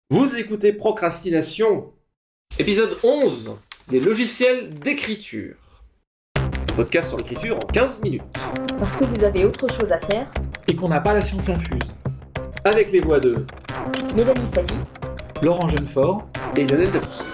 Vous écoutez Procrastination, épisode 11, des logiciels d'écriture. Podcast sur l'écriture en 15 minutes. Parce que vous avez autre chose à faire. Et qu'on n'a pas la science infuse. Avec les voix de Mélanie Fazi, Laurent Jeunefort et Lionel Debus.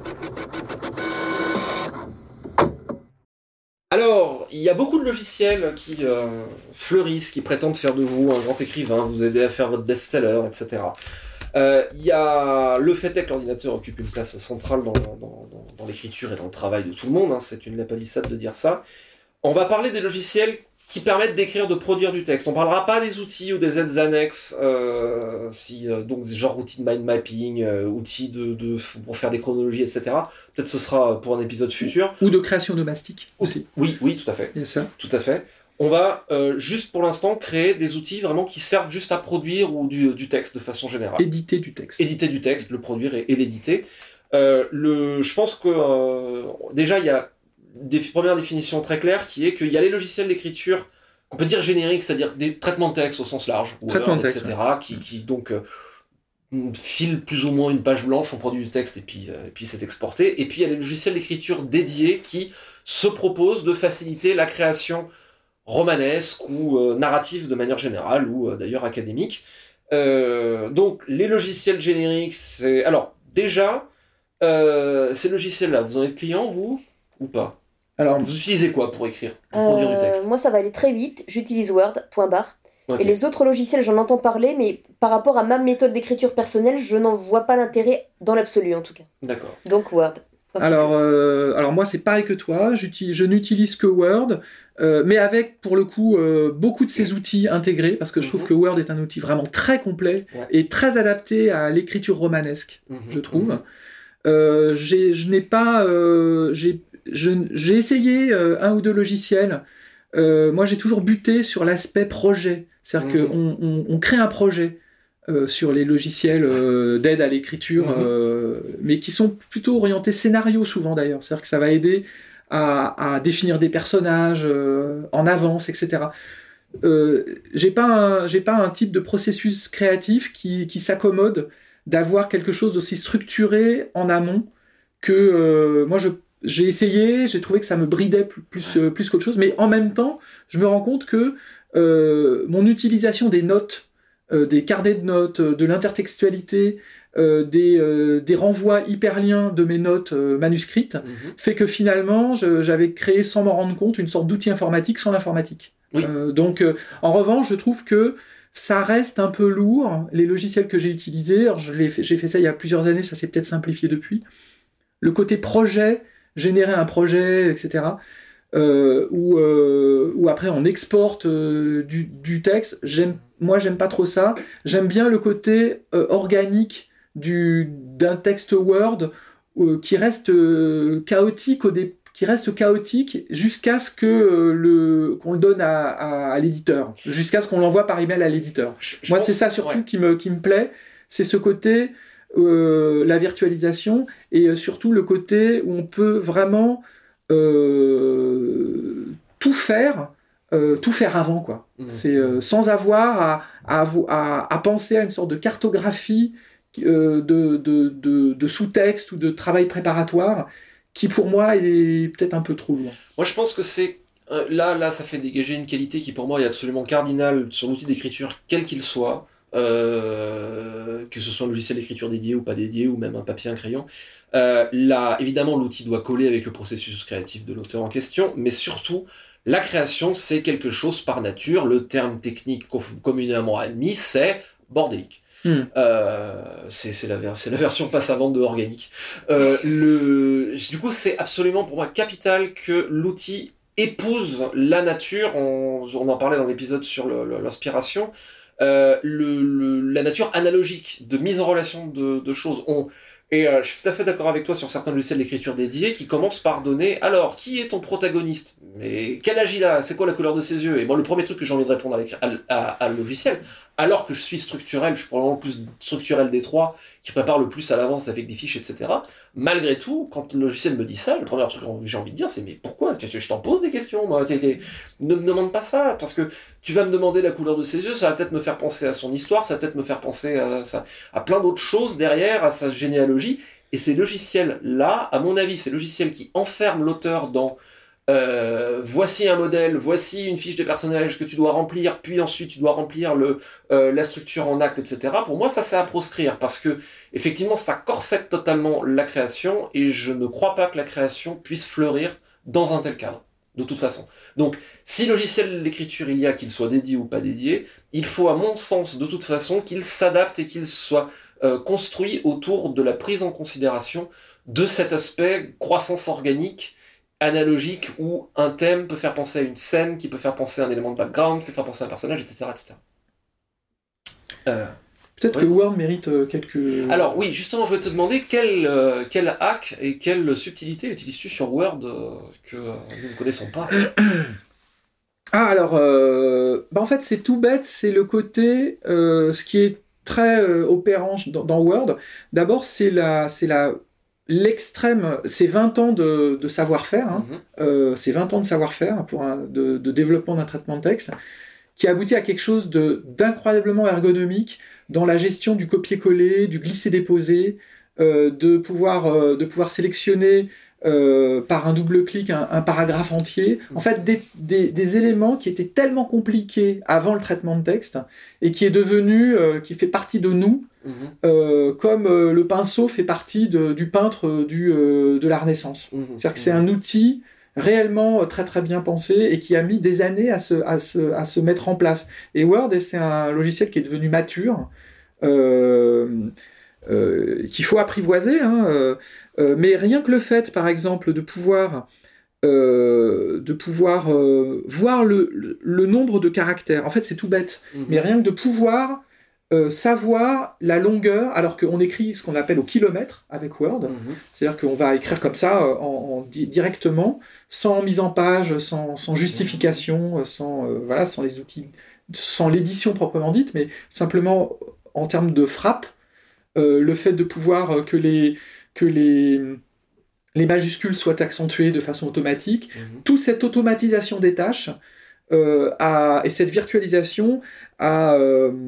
Alors, il y a beaucoup de logiciels qui fleurissent, qui prétendent faire de vous un grand écrivain, vous aider à faire votre best-seller, etc. Il y a le fait est que l'ordinateur occupe une place centrale dans l'écriture et dans le travail de tout le monde, hein, c'est une lapalissade de dire ça. On va parler des logiciels qui permettent d'écrire, de produire du texte. On ne parlera pas des outils ou des aides annexes, donc genre outils de mind mapping, outils pour faire des chronologies, etc. Peut-être ce sera pour un épisode futur. ou de création nomastique aussi. Oui, tout à fait. Il y a ça. Tout à fait. On va juste pour l'instant créer des outils vraiment qui servent juste à produire ou du texte de façon générale. Éditer du texte. Éditer du texte, le produire et l'éditer. Je pense que déjà il y a des premières définitions très claires qui est qu'il y a les logiciels d'écriture qu'on peut dire génériques, c'est-à-dire des traitements de texte au sens large, Traitement de texte, etc., qui donc filent plus ou moins une page blanche, on produit du texte et puis c'est exporté. Et puis il y a les logiciels d'écriture dédiés qui se proposent de faciliter la création romanesque ou narrative de manière générale, ou d'ailleurs académique. Donc les logiciels génériques, c'est... Alors déjà, ces logiciels-là, vous en êtes client, vous, ou pas? Alors, Vous utilisez quoi pour écrire, pour produire du texte? moi ça va aller très vite, j'utilise Word, point barre. Ok. Et les autres logiciels, j'en entends parler, mais par rapport à ma méthode d'écriture personnelle, je n'en vois pas l'intérêt dans l'absolu en tout cas. D'accord. Donc Word. alors moi c'est pareil que toi, je n'utilise que Word, mais avec pour le coup beaucoup de ces outils intégrés, parce que je trouve que Word est un outil vraiment très complet et très adapté à l'écriture romanesque, je trouve. J'ai essayé un ou deux logiciels. Moi, j'ai toujours buté sur l'aspect projet. C'est-à-dire qu'on crée un projet sur les logiciels d'aide à l'écriture, mais qui sont plutôt orientés scénario souvent d'ailleurs. C'est-à-dire que ça va aider à définir des personnages en avance, etc. J'ai pas un type de processus créatif qui s'accommode d'avoir quelque chose d'aussi structuré en amont que moi j'ai essayé, j'ai trouvé que ça me bridait plus qu'autre chose, mais en même temps je me rends compte que mon utilisation des notes, des carnets de notes, de l'intertextualité, des renvois hyperliens de mes notes manuscrites, fait que finalement j'avais créé sans m'en rendre compte une sorte d'outil informatique sans l'informatique. Oui. Donc en revanche je trouve que ça reste un peu lourd, les logiciels que j'ai utilisés. Alors, j'ai fait ça il y a plusieurs années, ça s'est peut-être simplifié depuis. Le côté projet, générer un projet, etc., où après on exporte du texte, moi j'aime pas trop ça. J'aime bien le côté organique d'un texte Word qui reste chaotique jusqu'à ce que qu'on le donne à l'éditeur, jusqu'à ce qu'on l'envoie par email à l'éditeur. Moi, c'est ça surtout qui me plaît, c'est ce côté, la virtualisation, et surtout le côté où on peut vraiment tout faire avant, quoi. C'est sans avoir à penser à une sorte de cartographie de sous-texte ou de travail préparatoire, qui pour moi est peut-être un peu trop loin. Moi je pense que c'est... Là, ça fait dégager une qualité qui pour moi est absolument cardinale sur l'outil d'écriture, quel qu'il soit, que ce soit un logiciel d'écriture dédié ou pas dédié, ou même un papier, un crayon. Là, évidemment, l'outil doit coller avec le processus créatif de l'auteur en question, mais surtout, la création, c'est quelque chose par nature. Le terme technique communément admis, c'est bordélique. C'est la version pas savante de organique. Du coup, c'est absolument pour moi capital que l'outil épouse la nature. On en parlait dans l'épisode sur l'inspiration. La nature analogique de mise en relation de choses. Et je suis tout à fait d'accord avec toi sur certains logiciels d'écriture dédiés qui commencent par donner alors, qui est ton protagoniste? Mais quel âge il a? C'est quoi la couleur de ses yeux? Et moi, le premier truc que j'ai envie de répondre à le logiciel, alors que je suis structurel, je suis probablement le plus structurel des trois, qui prépare le plus à l'avance avec des fiches, etc. Malgré tout, quand le logiciel me dit ça, le premier truc que j'ai envie de dire, c'est mais pourquoi? Je t'en pose des questions, moi. Ne me demande pas ça, parce que tu vas me demander la couleur de ses yeux, ça va peut-être me faire penser à son histoire, ça va peut-être me faire penser à plein d'autres choses derrière, à sa généalogie. Et ces logiciels-là, à mon avis, ces logiciels qui enferment l'auteur dans voici un modèle, voici une fiche des personnages que tu dois remplir, puis ensuite tu dois remplir la structure en acte, etc. Pour moi, ça c'est à proscrire, parce que effectivement, ça corsette totalement la création, et je ne crois pas que la création puisse fleurir dans un tel cadre, de toute façon. Donc, si logiciel d'écriture il y a, qu'il soit dédié ou pas dédié, il faut, à mon sens, de toute façon, qu'il s'adapte et qu'il soit construit autour de la prise en considération de cet aspect croissance organique, analogique, où un thème peut faire penser à une scène, qui peut faire penser à un élément de background, qui peut faire penser à un personnage, etc. etc. Peut-être oui. que Word mérite quelques... Alors oui, justement, je voulais te demander quel hack et quelle subtilité utilises-tu sur Word que nous ne connaissons pas? Alors, en fait, c'est tout bête, c'est le côté, ce qui est très opérant dans Word. D'abord, c'est l'extrême, c'est 20 ans de savoir-faire, hein. C'est 20 ans de savoir-faire de développement d'un traitement de texte, qui aboutit à quelque chose d'incroyablement ergonomique dans la gestion du copier-coller, du glisser-déposer, de pouvoir sélectionner par un double-clic un paragraphe entier. En fait, des éléments qui étaient tellement compliqués avant le traitement de texte et qui est devenu, qui fait partie de nous, comme le pinceau fait partie du peintre de la Renaissance. C'est-à-dire que c'est un outil réellement très très bien pensé et qui a mis des années à se mettre en place. Et Word, c'est un logiciel qui est devenu mature, qu'il faut apprivoiser, hein, mais rien que le fait, par exemple, de pouvoir voir le nombre de caractères, en fait c'est tout bête, mais rien que de pouvoir savoir la longueur, alors qu'on écrit ce qu'on appelle au kilomètre avec Word, c'est-à-dire qu'on va écrire comme ça directement, sans mise en page, sans justification, sans les outils, sans l'édition proprement dite, mais simplement en termes de frappe, le fait de pouvoir que les majuscules soient accentuées de façon automatique, toute cette automatisation des tâches et cette virtualisation a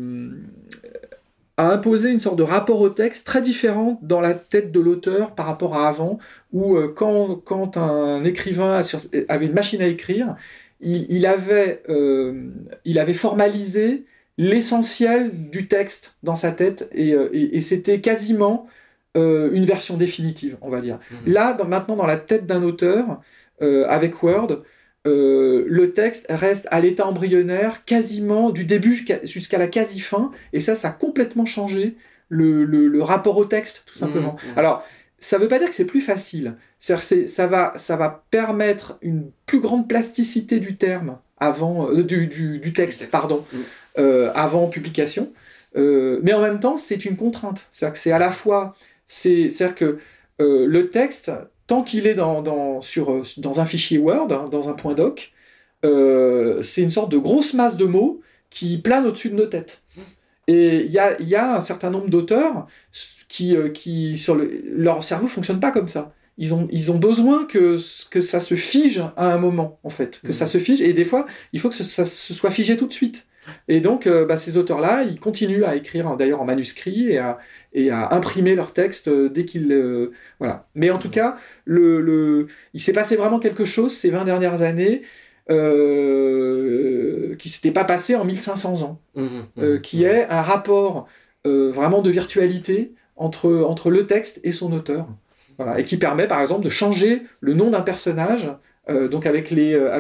imposé une sorte de rapport au texte très différent dans la tête de l'auteur par rapport à avant, où quand un écrivain avait une machine à écrire, il avait formalisé l'essentiel du texte dans sa tête, et c'était quasiment une version définitive, on va dire. Là, maintenant, dans la tête d'un auteur, avec Word, le texte reste à l'état embryonnaire quasiment du début jusqu'à la quasi-fin, et ça a complètement changé le rapport au texte, tout simplement. Alors, ça ne veut pas dire que c'est plus facile. C'est-à-dire ça va permettre une plus grande plasticité du terme du texte, pardon, avant publication. Mais en même temps, c'est une contrainte. C'est-à-dire que c'est à la fois... C'est-à-dire que le texte, tant qu'il est dans un fichier Word, hein, dans un point doc, c'est une sorte de grosse masse de mots qui plane au-dessus de nos têtes. Et il y a un certain nombre d'auteurs qui leur cerveau ne fonctionne pas comme ça. Ils ont besoin que ça se fige à un moment, en fait. Que ça se fige, et des fois, il faut que ça se soit figé tout de suite. Et donc, ces auteurs-là, ils continuent à écrire, d'ailleurs, en manuscrit, et à imprimer leur texte dès qu'ils... voilà. Mais en tout cas, il s'est passé vraiment quelque chose ces 20 dernières années qui ne s'était pas passé en 1500 ans, qui est un rapport vraiment de virtualité entre le texte et son auteur. Voilà, et qui permet, par exemple, de changer le nom d'un personnage, donc avec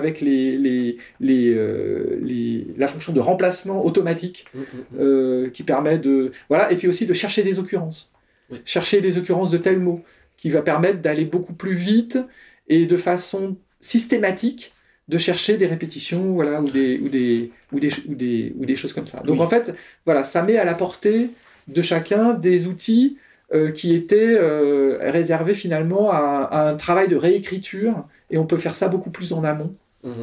la fonction de remplacement automatique, qui permet de... Voilà, et puis aussi de chercher des occurrences. Oui. Chercher des occurrences de tels mots, qui va permettre d'aller beaucoup plus vite et de façon systématique de chercher des répétitions, voilà, ou des choses comme ça. Donc en fait, voilà, ça met à la portée de chacun des outils qui était réservé finalement à un travail de réécriture, et on peut faire ça beaucoup plus en amont.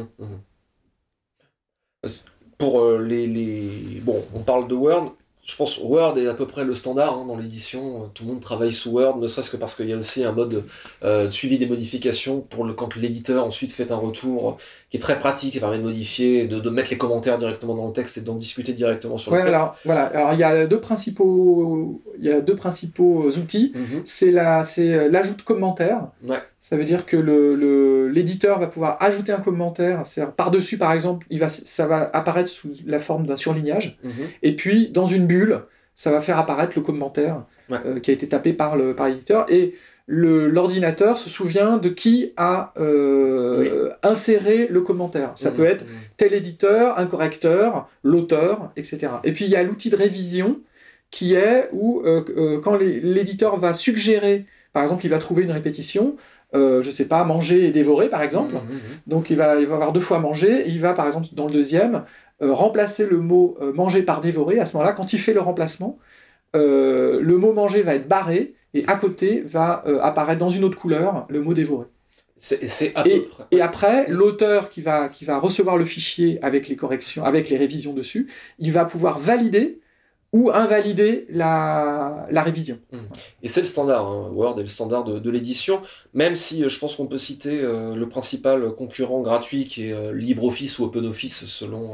Pour Bon, on parle de Word. Je pense que Word est à peu près le standard dans l'édition. Tout le monde travaille sous Word, ne serait-ce que parce qu'il y a aussi un mode de suivi des modifications quand l'éditeur ensuite fait un retour qui est très pratique et permet de modifier, de mettre les commentaires directement dans le texte et d'en discuter directement sur le texte. Alors il y a deux principaux outils. C'est l'ajout de commentaires. Ouais. Ça veut dire que l'éditeur va pouvoir ajouter un commentaire, c'est-à-dire par-dessus par exemple, ça va apparaître sous la forme d'un surlignage, et puis dans une bulle, ça va faire apparaître le commentaire qui a été tapé par l'éditeur, et l'ordinateur se souvient de qui a inséré le commentaire. Ça peut être tel éditeur, un correcteur, l'auteur, etc. Et puis il y a l'outil de révision qui est où quand l'éditeur va suggérer, par exemple il va trouver une répétition, je sais pas, manger et dévorer par exemple, donc il va avoir 2 fois manger, et il va par exemple dans le deuxième remplacer le mot manger par dévorer. À ce moment-là, quand il fait le remplacement, le mot manger va être barré, et à côté va apparaître dans une autre couleur le mot dévorer. C'est à peu près. Et après, l'auteur qui va recevoir le fichier avec les corrections, avec les révisions dessus, il va pouvoir valider ou invalider la révision. Et c'est le standard, Word est le standard de l'édition, même si je pense qu'on peut citer le principal concurrent gratuit qui est LibreOffice ou OpenOffice selon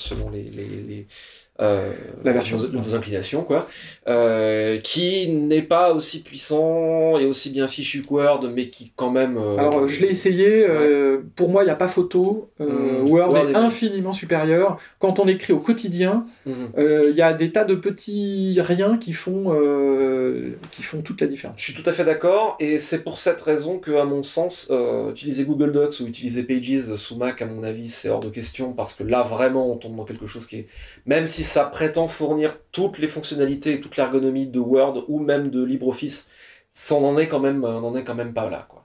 la version vos inclinations, quoi, qui n'est pas aussi puissant et aussi bien fichu que Word, mais qui quand même... Alors je l'ai essayé, pour moi il n'y a pas photo, Word est infiniment supérieur. Quand on écrit au quotidien, il y a des tas de petits riens qui font toute la différence. Je suis tout à fait d'accord, et c'est pour cette raison que, à mon sens, utiliser Google Docs ou utiliser Pages sous Mac, à mon avis, c'est hors de question, parce que là, vraiment, on tombe dans quelque chose qui est... Même si ça prétend fournir toutes les fonctionnalités et toute l'ergonomie de Word ou même de LibreOffice, ça n'en est quand même pas là, quoi.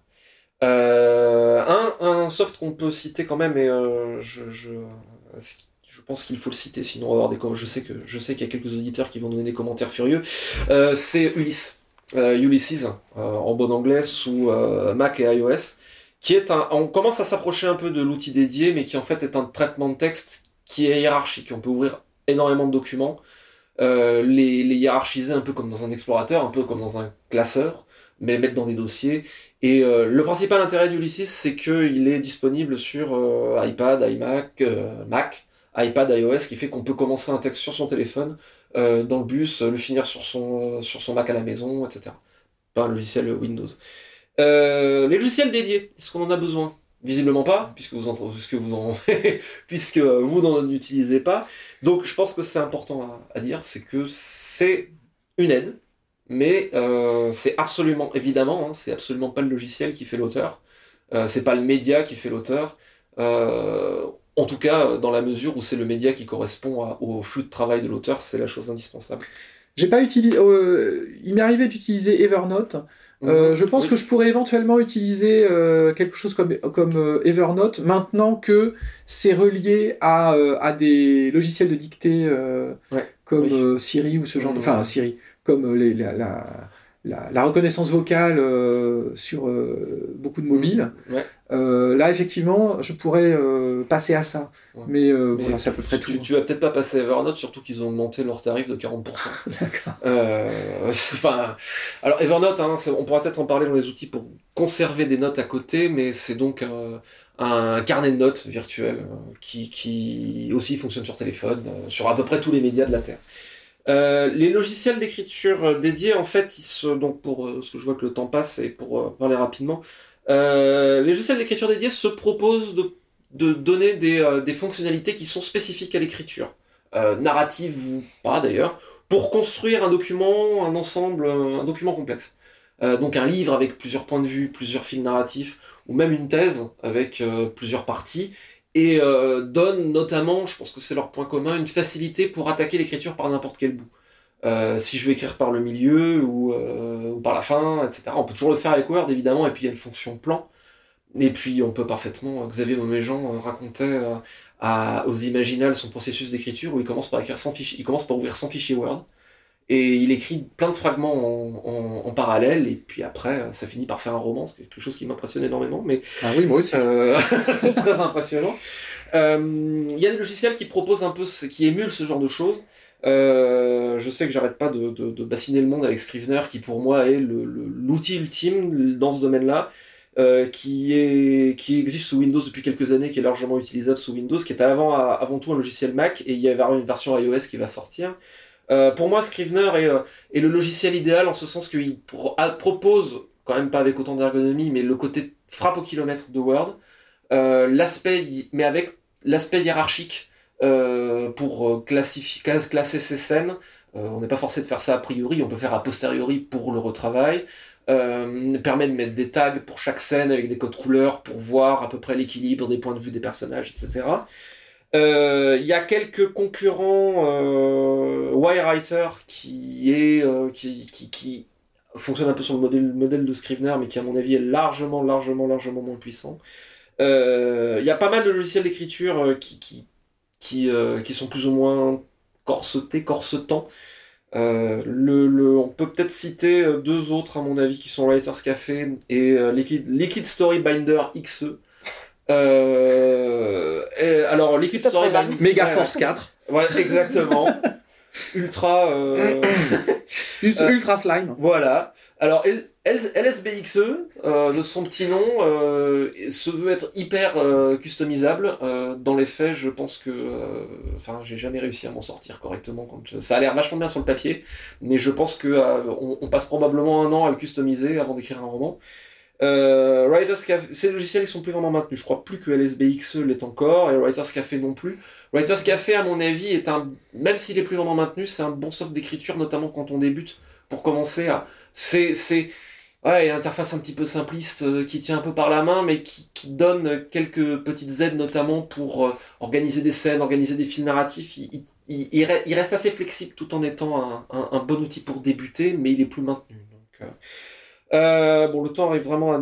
Un soft qu'on peut citer quand même, et je pense qu'il faut le citer, sinon on va avoir je sais qu'il y a quelques auditeurs qui vont donner des commentaires furieux, c'est Ulysses. Ulysses, en bon anglais, sous Mac et iOS, qui est on commence à s'approcher un peu de l'outil dédié, mais qui en fait est un traitement de texte qui est hiérarchique. On peut ouvrir énormément de documents, les hiérarchiser un peu comme dans un explorateur, un peu comme dans un classeur, mais les mettre dans des dossiers. Et le principal intérêt d'Ulysses, c'est qu'il est disponible sur iPad, iMac, Mac, iPad, iOS, qui fait qu'on peut commencer un texte sur son téléphone, dans le bus, le finir sur son Mac à la maison, etc. Pas un logiciel Windows. Les logiciels dédiés, est-ce qu'on en a besoin ? Visiblement pas, puisque vous n'en utilisez pas. Donc je pense que c'est important à dire, c'est que c'est une aide, mais c'est absolument, évidemment, c'est absolument pas le logiciel qui fait l'auteur, c'est pas le média qui fait l'auteur, en tout cas dans la mesure où c'est le média qui correspond au flux de travail de l'auteur, c'est la chose indispensable. J'ai pas utilisé, il m'est arrivé d'utiliser Evernote. Je pense que je pourrais éventuellement utiliser quelque chose comme Evernote, maintenant que c'est relié à des logiciels de dictée comme Siri ou ce genre de... Enfin, Siri, comme la reconnaissance vocale sur beaucoup de mobiles. Là, effectivement, je pourrais passer à ça. Mais voilà, c'est à peu près tout. Tu vas peut-être pas passer à Evernote, surtout qu'ils ont augmenté leur tarif de 40%. D'accord. Alors Evernote, on pourra peut-être en parler dans les outils pour conserver des notes à côté, mais c'est donc un carnet de notes virtuel qui aussi fonctionne sur téléphone, sur à peu près tous les médias de la Terre. Les logiciels d'écriture dédiés, en fait, donc pour ce que je vois que le temps passe, et pour parler rapidement, les logiciels d'écriture dédiés se proposent de donner des fonctionnalités qui sont spécifiques à l'écriture, narrative ou pas d'ailleurs, pour construire un document, un ensemble, un document complexe. Donc un livre avec plusieurs points de vue, plusieurs fils narratifs, ou même une thèse avec plusieurs parties, et donne notamment, je pense que c'est leur point commun, une facilité pour attaquer l'écriture par n'importe quel bout. Si je veux écrire par le milieu ou par la fin, etc. On peut toujours le faire avec Word, évidemment, et puis il y a une fonction plan. Et puis on peut parfaitement, Xavier Mauméjean racontait aux Imaginales son processus d'écriture où il commence par ouvrir 100 fichiers Word, Et il écrit plein de fragments en parallèle, et puis après, ça finit par faire un roman, c'est quelque chose qui m'impressionne énormément, mais Ah oui, moi aussi. c'est très impressionnant. Il y a des logiciels qui proposent un peu, qui émulent ce genre de choses. Je sais que j'arrête pas de bassiner le monde avec Scrivener, qui pour moi est l'outil ultime dans ce domaine-là, qui existe sous Windows depuis quelques années, qui est largement utilisable sous Windows, qui est avant tout un logiciel Mac, et il y a une version iOS qui va sortir. Pour moi, Scrivener est le logiciel idéal en ce sens qu'il propose, quand même pas avec autant d'ergonomie, mais le côté frappe au kilomètre de Word, mais avec l'aspect hiérarchique pour classer ses scènes. On n'est pas forcé de faire ça a priori, on peut faire a posteriori pour le retravail. Permet de mettre des tags pour chaque scène avec des codes couleurs pour voir à peu près l'équilibre des points de vue des personnages, etc. Il y a quelques concurrents Wirewriter qui fonctionne un peu sur le modèle de Scrivener, mais qui à mon avis est largement moins puissant. Il y a pas mal de logiciels d'écriture qui sont plus ou moins corsetants. On peut peut-être citer deux autres à mon avis qui sont Writer's Café et Liquid Story Binder XE. Alors Liquid Story Binder Megaforce 4. voilà, exactement. Ultra Ultra Slime. voilà. Alors LSBXE de son petit nom se veut être hyper customisable. Dans les faits, je pense que j'ai jamais réussi à m'en sortir correctement ça a l'air vachement bien sur le papier, mais je pense que on passe probablement un an à le customiser avant d'écrire un roman. Writer's Café, ces logiciels ils sont plus vraiment maintenus. Je crois plus que LSBXE l'est encore et Writer's Café non plus. Writer's Café, à mon avis, même s'il est plus vraiment maintenu, c'est un bon soft d'écriture, notamment quand on débute, pour commencer à. Ouais, une interface un petit peu simpliste qui tient un peu par la main, mais qui donne quelques petites aides, notamment pour organiser des scènes, organiser des fils narratifs. Il reste assez flexible tout en étant un bon outil pour débuter, mais il est plus maintenu. Donc, le temps arrive vraiment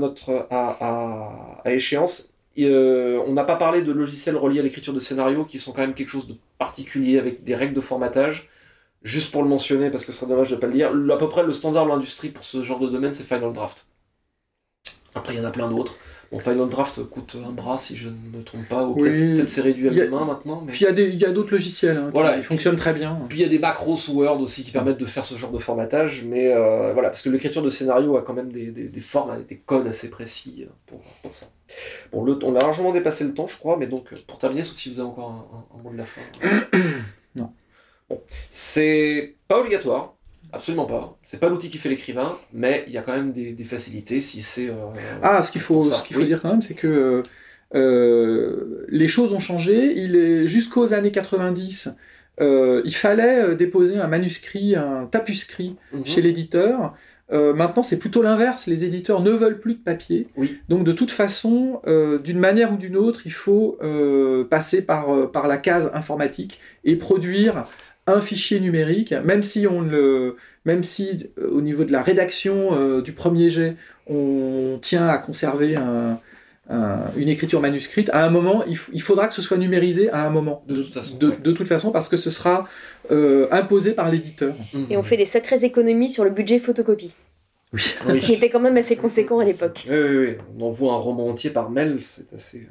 à échéance. On n'a pas parlé de logiciels reliés à l'écriture de scénario qui sont quand même quelque chose de particulier avec des règles de formatage. Juste pour le mentionner, parce que ce serait dommage de ne pas le dire, à peu près le standard de l'industrie pour ce genre de domaine, c'est Final Draft. Après, il y en a plein d'autres. Bon, Final Draft coûte un bras, si je ne me trompe pas, ou peut-être c'est réduit à une main maintenant. Mais... Puis il y a d'autres logiciels qui fonctionnent très bien. Puis il y a des macros sous Word aussi qui permettent de faire ce genre de formatage, mais parce que l'écriture de scénario a quand même des formes, des codes assez précis pour ça. Bon, on a largement dépassé le temps, je crois, mais donc, pour terminer, sauf si vous avez encore un mot de la fin. Non. Bon, c'est pas obligatoire, absolument pas. C'est pas l'outil qui fait l'écrivain, mais il y a quand même des facilités si c'est. Ce qu'il faut dire quand même, c'est que les choses ont changé. Jusqu'aux années 90, il fallait déposer un manuscrit, un tapuscrit chez l'éditeur. Maintenant, c'est plutôt l'inverse. Les éditeurs ne veulent plus de papier. Oui. Donc, de toute façon, d'une manière ou d'une autre, il faut passer par la case informatique et produire un fichier numérique, même si au niveau de la rédaction du premier jet, on tient à conserver une écriture manuscrite. À un moment, il faudra que ce soit numérisé à un moment. De toute façon, parce que ce sera imposé par l'éditeur. Et on fait des sacrées économies sur le budget photocopie. Oui. Qui était quand même assez conséquent à l'époque. Oui. On envoie un roman entier par mail, c'est assez...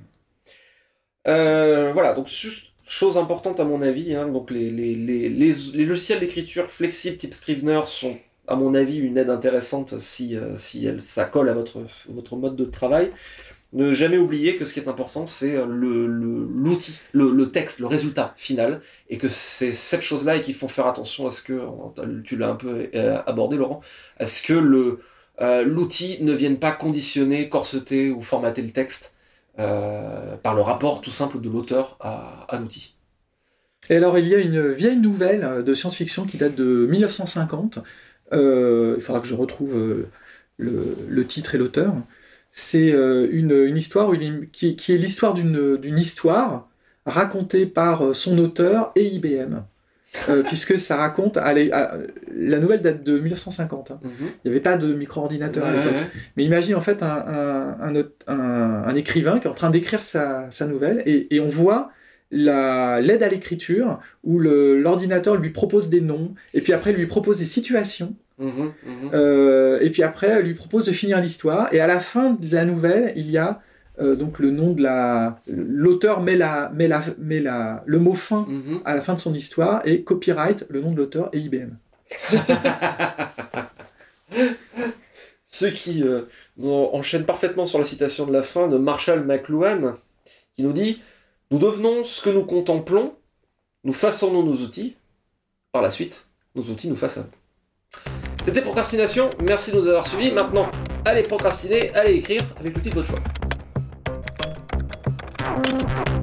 voilà, donc juste chose importante à mon avis, donc les logiciels d'écriture flexibles type Scrivener sont à mon avis une aide intéressante si ça colle à votre mode de travail. Ne jamais oublier que ce qui est important, c'est l'outil, le texte, le résultat final, et que c'est cette chose-là et qu'il faut faire attention à ce que, tu l'as un peu abordé Laurent, à ce que l'outil ne vienne pas conditionner, corseter ou formater le texte par le rapport tout simple de l'auteur à l'outil. Et alors il y a une vieille nouvelle de science-fiction qui date de 1950, il faudra que je retrouve le titre et l'auteur. C'est une histoire qui est l'histoire d'une histoire racontée par son auteur et IBM. Puisque ça raconte... la nouvelle date de 1950. Il n'y avait pas de micro-ordinateur à l'époque. Mais imagine en fait un écrivain qui est en train d'écrire sa nouvelle et on voit l'aide à l'écriture, où l'ordinateur lui propose des noms, et puis après lui propose des situations, et puis après lui propose de finir l'histoire, et à la fin de la nouvelle, il y a donc le nom de l'auteur met le mot fin à la fin de son histoire, et copyright, le nom de l'auteur, et IBM. Ce qui enchaîne parfaitement sur la citation de la fin de Marshall McLuhan, qui nous dit « Nous devenons ce que nous contemplons, nous façonnons nos outils, par la suite, nos outils nous façonnent. » C'était Procrastination, merci de nous avoir suivis. Maintenant, allez procrastiner, allez écrire avec l'outil de votre choix.